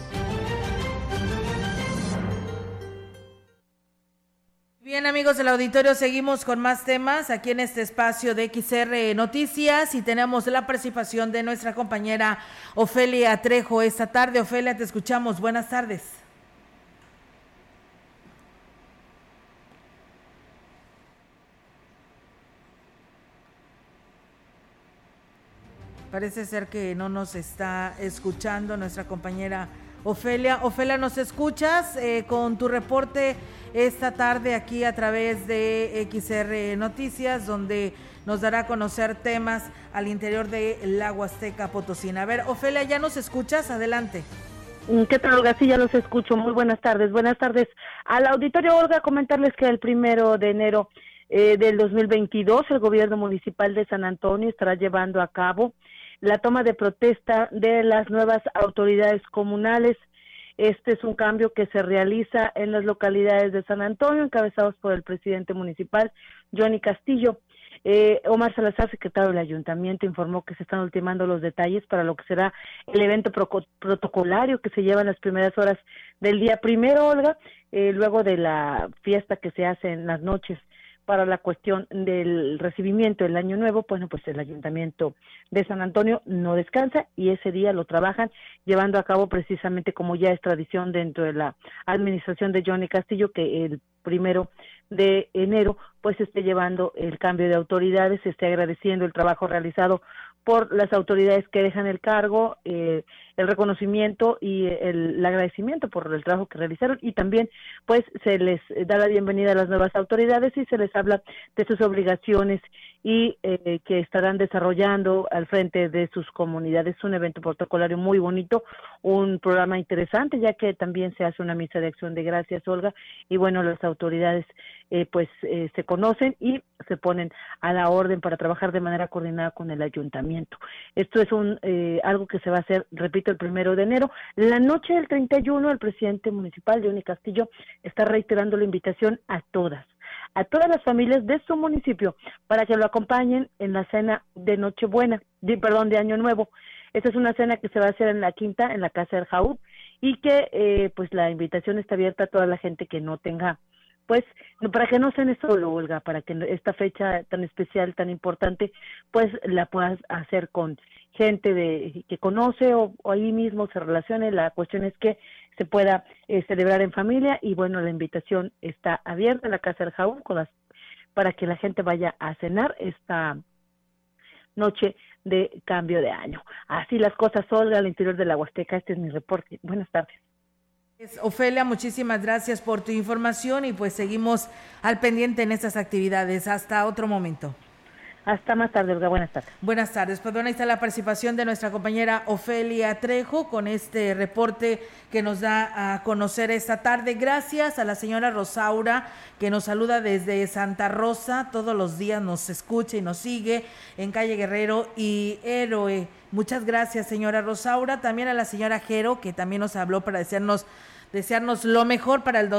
Bien, amigos del auditorio, seguimos con más temas aquí en este espacio de XR Noticias y tenemos la participación de nuestra compañera Ofelia Trejo esta tarde. Ofelia, te escuchamos. Buenas tardes. Parece ser que no nos está escuchando nuestra compañera Ofelia. Ofelia, ¿nos escuchas con tu reporte esta tarde aquí a través de XR Noticias, donde nos dará a conocer temas al interior de la Huasteca Potosina? A ver, Ofelia, ¿ya nos escuchas? Adelante. ¿Qué tal, Olga? Sí, ya los escucho. Muy buenas tardes. Buenas tardes al auditorio, Olga. Comentarles que el 1 de enero del 2022 el gobierno municipal de San Antonio estará llevando a cabo la toma de protesta de las nuevas autoridades comunales. Este es un cambio que se realiza en las localidades de San Antonio, encabezados por el presidente municipal, Johnny Castillo. Omar Salazar, secretario del ayuntamiento, informó que se están ultimando los detalles para lo que será el evento protocolario que se lleva en las primeras horas del día primero, Olga, luego de la fiesta que se hace en las noches para la cuestión del recibimiento del Año Nuevo. Bueno, pues el Ayuntamiento de San Antonio no descansa y ese día lo trabajan llevando a cabo precisamente como ya es tradición dentro de la administración de Johnny Castillo, que el 1 de enero pues esté llevando el cambio de autoridades, se esté agradeciendo el trabajo realizado por las autoridades que dejan el cargo, el reconocimiento y el agradecimiento por el trabajo que realizaron, y también pues se les da la bienvenida a las nuevas autoridades y se les habla de sus obligaciones y que estarán desarrollando al frente de sus comunidades. Un evento protocolario muy bonito, un programa interesante, ya que también se hace una misa de acción de gracias, Olga, y bueno, las autoridades se conocen y se ponen a la orden para trabajar de manera coordinada con el ayuntamiento. Esto es algo que se va a hacer, repito, el 1 de enero. La noche del 31, el presidente municipal, Johnny Castillo, está reiterando la invitación a todas las familias de su municipio para que lo acompañen en la cena de Nochebuena, de Año Nuevo. Esta es una cena que se va a hacer en la Quinta, en la Casa del Jaúb, y que pues la invitación está abierta a toda la gente que no tenga, pues, para que no cene solo, Olga, para que esta fecha tan especial, tan importante, pues la puedas hacer con gente que conoce o ahí mismo se relacione. La cuestión es que se pueda celebrar en familia y bueno, la invitación está abierta en la Casa del Jaúb para que la gente vaya a cenar noche de cambio de año. Así las cosas, Olga, al interior de la Huasteca. Este es mi reporte. Buenas tardes. Ofelia, muchísimas gracias por tu información y pues seguimos al pendiente en estas actividades. Hasta otro momento. Hasta más tarde, Olga. Buenas tardes. Buenas tardes. Pues bueno, ahí está la participación de nuestra compañera Ofelia Trejo con este reporte que nos da a conocer esta tarde. Gracias a la señora Rosaura, que nos saluda desde Santa Rosa. Todos los días nos escucha y nos sigue en Calle Guerrero y Héroe. Muchas gracias, señora Rosaura. También a la señora Jero, que también nos habló para desearnos lo mejor para el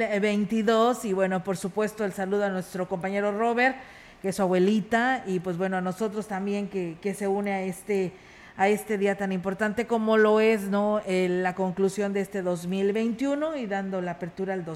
2022. Y bueno, por supuesto, el saludo a nuestro compañero Robert, que es su abuelita, y pues bueno, a nosotros también que se une a este día tan importante como lo es, ¿no? La conclusión de este 2021 y dando la apertura al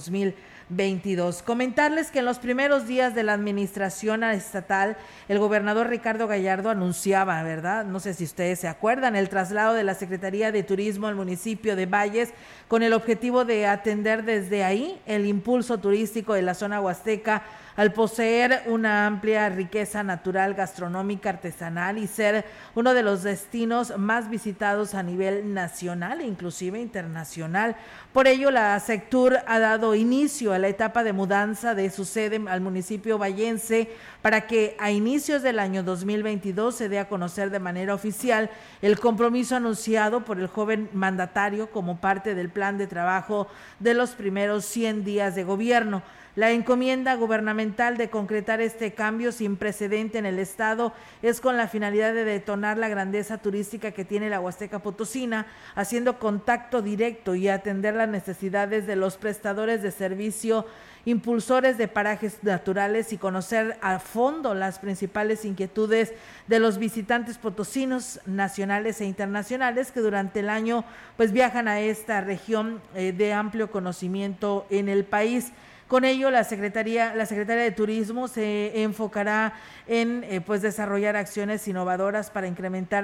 2022. Comentarles que en los primeros días de la administración estatal, el gobernador Ricardo Gallardo anunciaba, ¿verdad? No sé si ustedes se acuerdan, el traslado de la Secretaría de Turismo al municipio de Valles con el objetivo de atender desde ahí el impulso turístico de la zona huasteca al poseer una amplia riqueza natural, gastronómica, artesanal y ser uno de los destinos más visitados a nivel nacional e inclusive internacional. Por ello, la Sectur ha dado inicio a la etapa de mudanza de su sede al municipio vallense para que a inicios del año 2022 se dé a conocer de manera oficial el compromiso anunciado por el joven mandatario como parte del plan de trabajo de los primeros 100 días de gobierno. La encomienda gubernamental de concretar este cambio sin precedente en el estado es con la finalidad de detonar la grandeza turística que tiene la Huasteca Potosina, haciendo contacto directo y atender las necesidades de los prestadores de servicio, impulsores de parajes naturales y conocer a fondo las principales inquietudes de los visitantes potosinos nacionales e internacionales que durante el año pues viajan a esta región de amplio conocimiento en el país. Con ello, la Secretaría de Turismo se enfocará en pues desarrollar acciones innovadoras para incrementar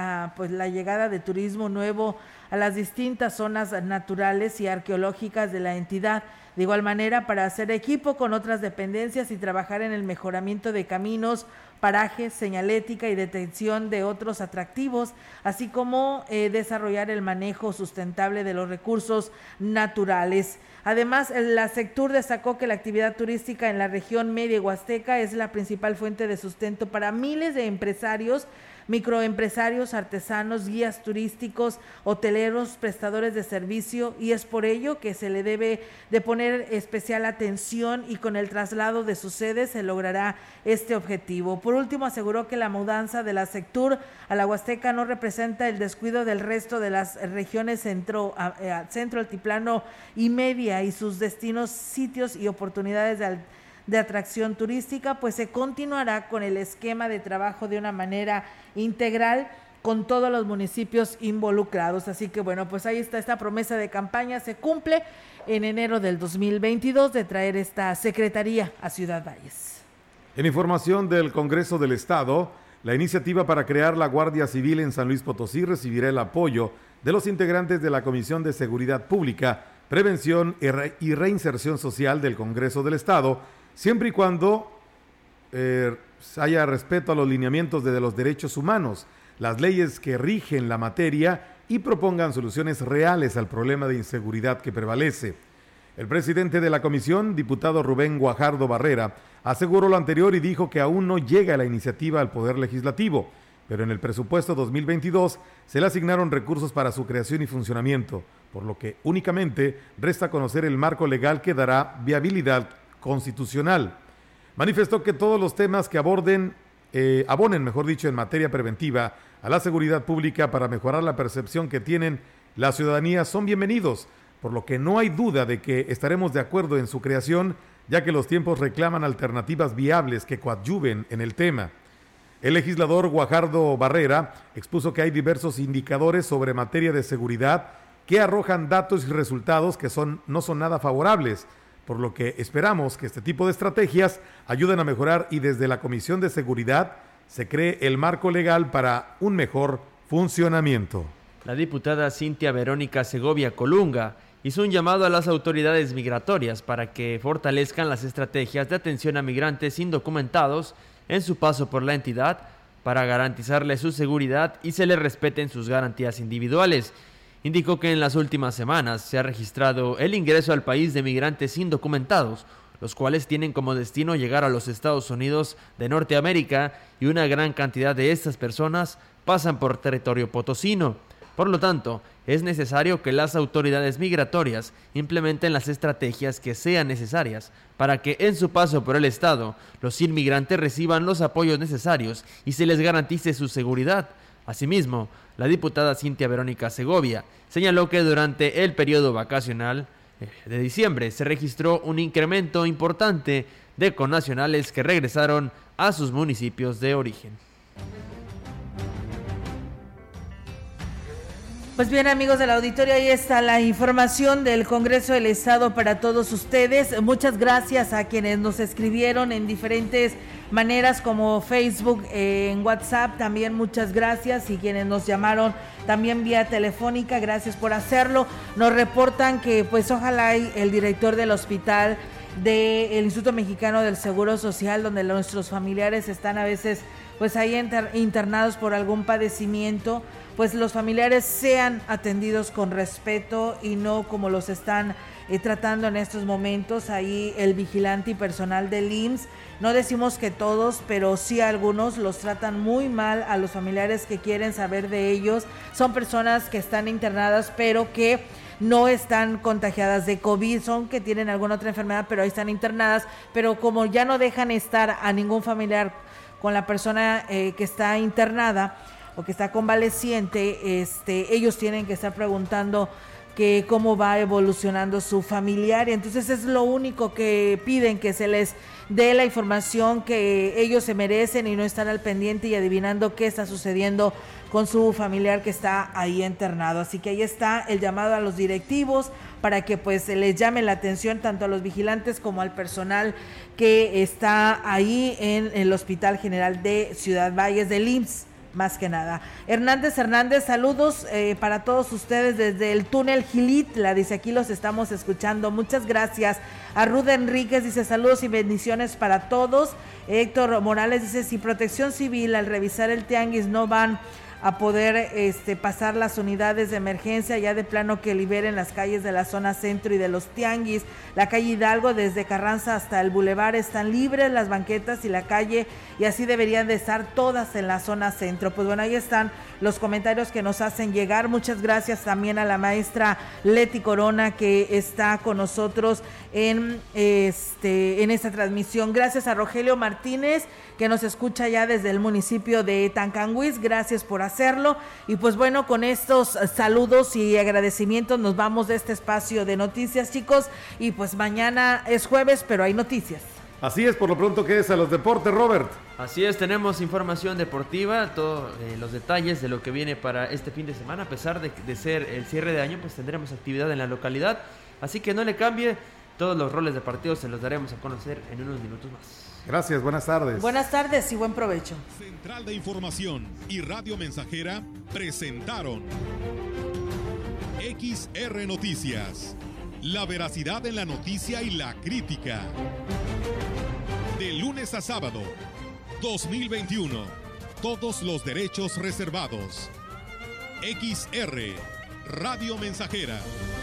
la llegada de turismo nuevo a las distintas zonas naturales y arqueológicas de la entidad. De igual manera, para hacer equipo con otras dependencias y trabajar en el mejoramiento de caminos, parajes, señalética y detención de otros atractivos, así como desarrollar el manejo sustentable de los recursos naturales. Además, la Sectur destacó que la actividad turística en la región media y huasteca es la principal fuente de sustento para miles de empresarios, microempresarios, artesanos, guías turísticos, hoteleros, prestadores de servicio, y es por ello que se le debe de poner especial atención y con el traslado de su sede se logrará este objetivo. Por último, aseguró que la mudanza de la Sectur a la Huasteca no representa el descuido del resto de las regiones centro, altiplano y media y sus destinos, sitios y oportunidades de atracción turística, pues se continuará con el esquema de trabajo de una manera integral con todos los municipios involucrados. Así que bueno, pues ahí está esta promesa de campaña, se cumple en enero del 2022 de traer esta secretaría a Ciudad Valles. En información del Congreso del Estado, la iniciativa para crear la Guardia Civil en San Luis Potosí recibirá el apoyo de los integrantes de la Comisión de Seguridad Pública, Prevención y Reinserción Social del Congreso del Estado, siempre y cuando haya respeto a los lineamientos de los derechos humanos, las leyes que rigen la materia y propongan soluciones reales al problema de inseguridad que prevalece. El presidente de la comisión, diputado Rubén Guajardo Barrera, aseguró lo anterior y dijo que aún no llega la iniciativa al Poder Legislativo, pero en el presupuesto 2022 se le asignaron recursos para su creación y funcionamiento, por lo que únicamente resta conocer el marco legal que dará viabilidad constitucional. Manifestó que todos los temas que abonen, en materia preventiva a la seguridad pública para mejorar la percepción que tienen la ciudadanía son bienvenidos, por lo que no hay duda de que estaremos de acuerdo en su creación, ya que los tiempos reclaman alternativas viables que coadyuven en el tema. El legislador Guajardo Barrera expuso que hay diversos indicadores sobre materia de seguridad que arrojan datos y resultados que no son nada favorables, por lo que esperamos que este tipo de estrategias ayuden a mejorar y desde la Comisión de Seguridad se cree el marco legal para un mejor funcionamiento. La diputada Cintia Verónica Segovia Colunga hizo un llamado a las autoridades migratorias para que fortalezcan las estrategias de atención a migrantes indocumentados en su paso por la entidad para garantizarle su seguridad y se le respeten sus garantías individuales. Indicó que en las últimas semanas se ha registrado el ingreso al país de migrantes indocumentados, los cuales tienen como destino llegar a los Estados Unidos de Norteamérica, y una gran cantidad de estas personas pasan por territorio potosino. Por lo tanto, es necesario que las autoridades migratorias implementen las estrategias que sean necesarias para que en su paso por el estado los inmigrantes reciban los apoyos necesarios y se les garantice su seguridad. Asimismo, la diputada Cintia Verónica Segovia señaló que durante el periodo vacacional de diciembre se registró un incremento importante de connacionales que regresaron a sus municipios de origen. Pues bien, amigos del auditorio, ahí está la información del Congreso del Estado para todos ustedes. Muchas gracias a quienes nos escribieron en diferentes maneras como Facebook, en WhatsApp, también muchas gracias, y quienes nos llamaron también vía telefónica, gracias por hacerlo. Nos reportan que pues ojalá el director del hospital del Instituto Mexicano del Seguro Social, donde nuestros familiares están a veces pues ahí internados por algún padecimiento, pues los familiares sean atendidos con respeto y no como los están tratando en estos momentos ahí el vigilante y personal del IMSS. No decimos que todos, pero sí algunos los tratan muy mal a los familiares que quieren saber de ellos. Son personas que están internadas, pero que no están contagiadas de COVID, son que tienen alguna otra enfermedad, pero ahí están internadas, pero como ya no dejan estar a ningún familiar con la persona que está internada o que está convaleciente, ellos tienen que estar preguntando que cómo va evolucionando su familiar, y entonces es lo único que piden, que se les dé la información que ellos se merecen y no estar al pendiente y adivinando qué está sucediendo con su familiar que está ahí internado. Así que ahí está el llamado a los directivos para que pues se les llame la atención tanto a los vigilantes como al personal que está ahí en el Hospital General de Ciudad Valles del IMSS. Más que nada. Hernández, saludos para todos ustedes desde el túnel Gilitla, dice, aquí los estamos escuchando, muchas gracias. A Ruda Enríquez dice, saludos y bendiciones para todos. Héctor Morales dice, si Protección Civil al revisar el tianguis no van a poder pasar las unidades de emergencia, ya de plano que liberen las calles de la zona centro y de los tianguis. La calle Hidalgo desde Carranza hasta el Boulevard están libres, las banquetas y la calle, y así deberían de estar todas en la zona centro. Pues bueno, ahí están los comentarios que nos hacen llegar. Muchas gracias también a la maestra Leti Corona, que está con nosotros en esta transmisión. Gracias a Rogelio Martínez, que nos escucha ya desde el municipio de Tancanguis, gracias por hacerlo. Y pues bueno, con estos saludos y agradecimientos nos vamos de este espacio de noticias, chicos, y pues mañana es jueves, pero hay noticias. Así es, por lo pronto, ¿qué es a los deportes, Robert? Así es, tenemos información deportiva, todos los detalles de lo que viene para este fin de semana. A pesar de ser el cierre de año, pues tendremos actividad en la localidad, así que no le cambie, todos los roles de partidos se los daremos a conocer en unos minutos más. Gracias, buenas tardes. Buenas tardes y buen provecho. Central de Información y Radio Mensajera presentaron XR Noticias. La veracidad en la noticia y la crítica. De lunes a sábado, 2021. Todos los derechos reservados. XR Radio Mensajera.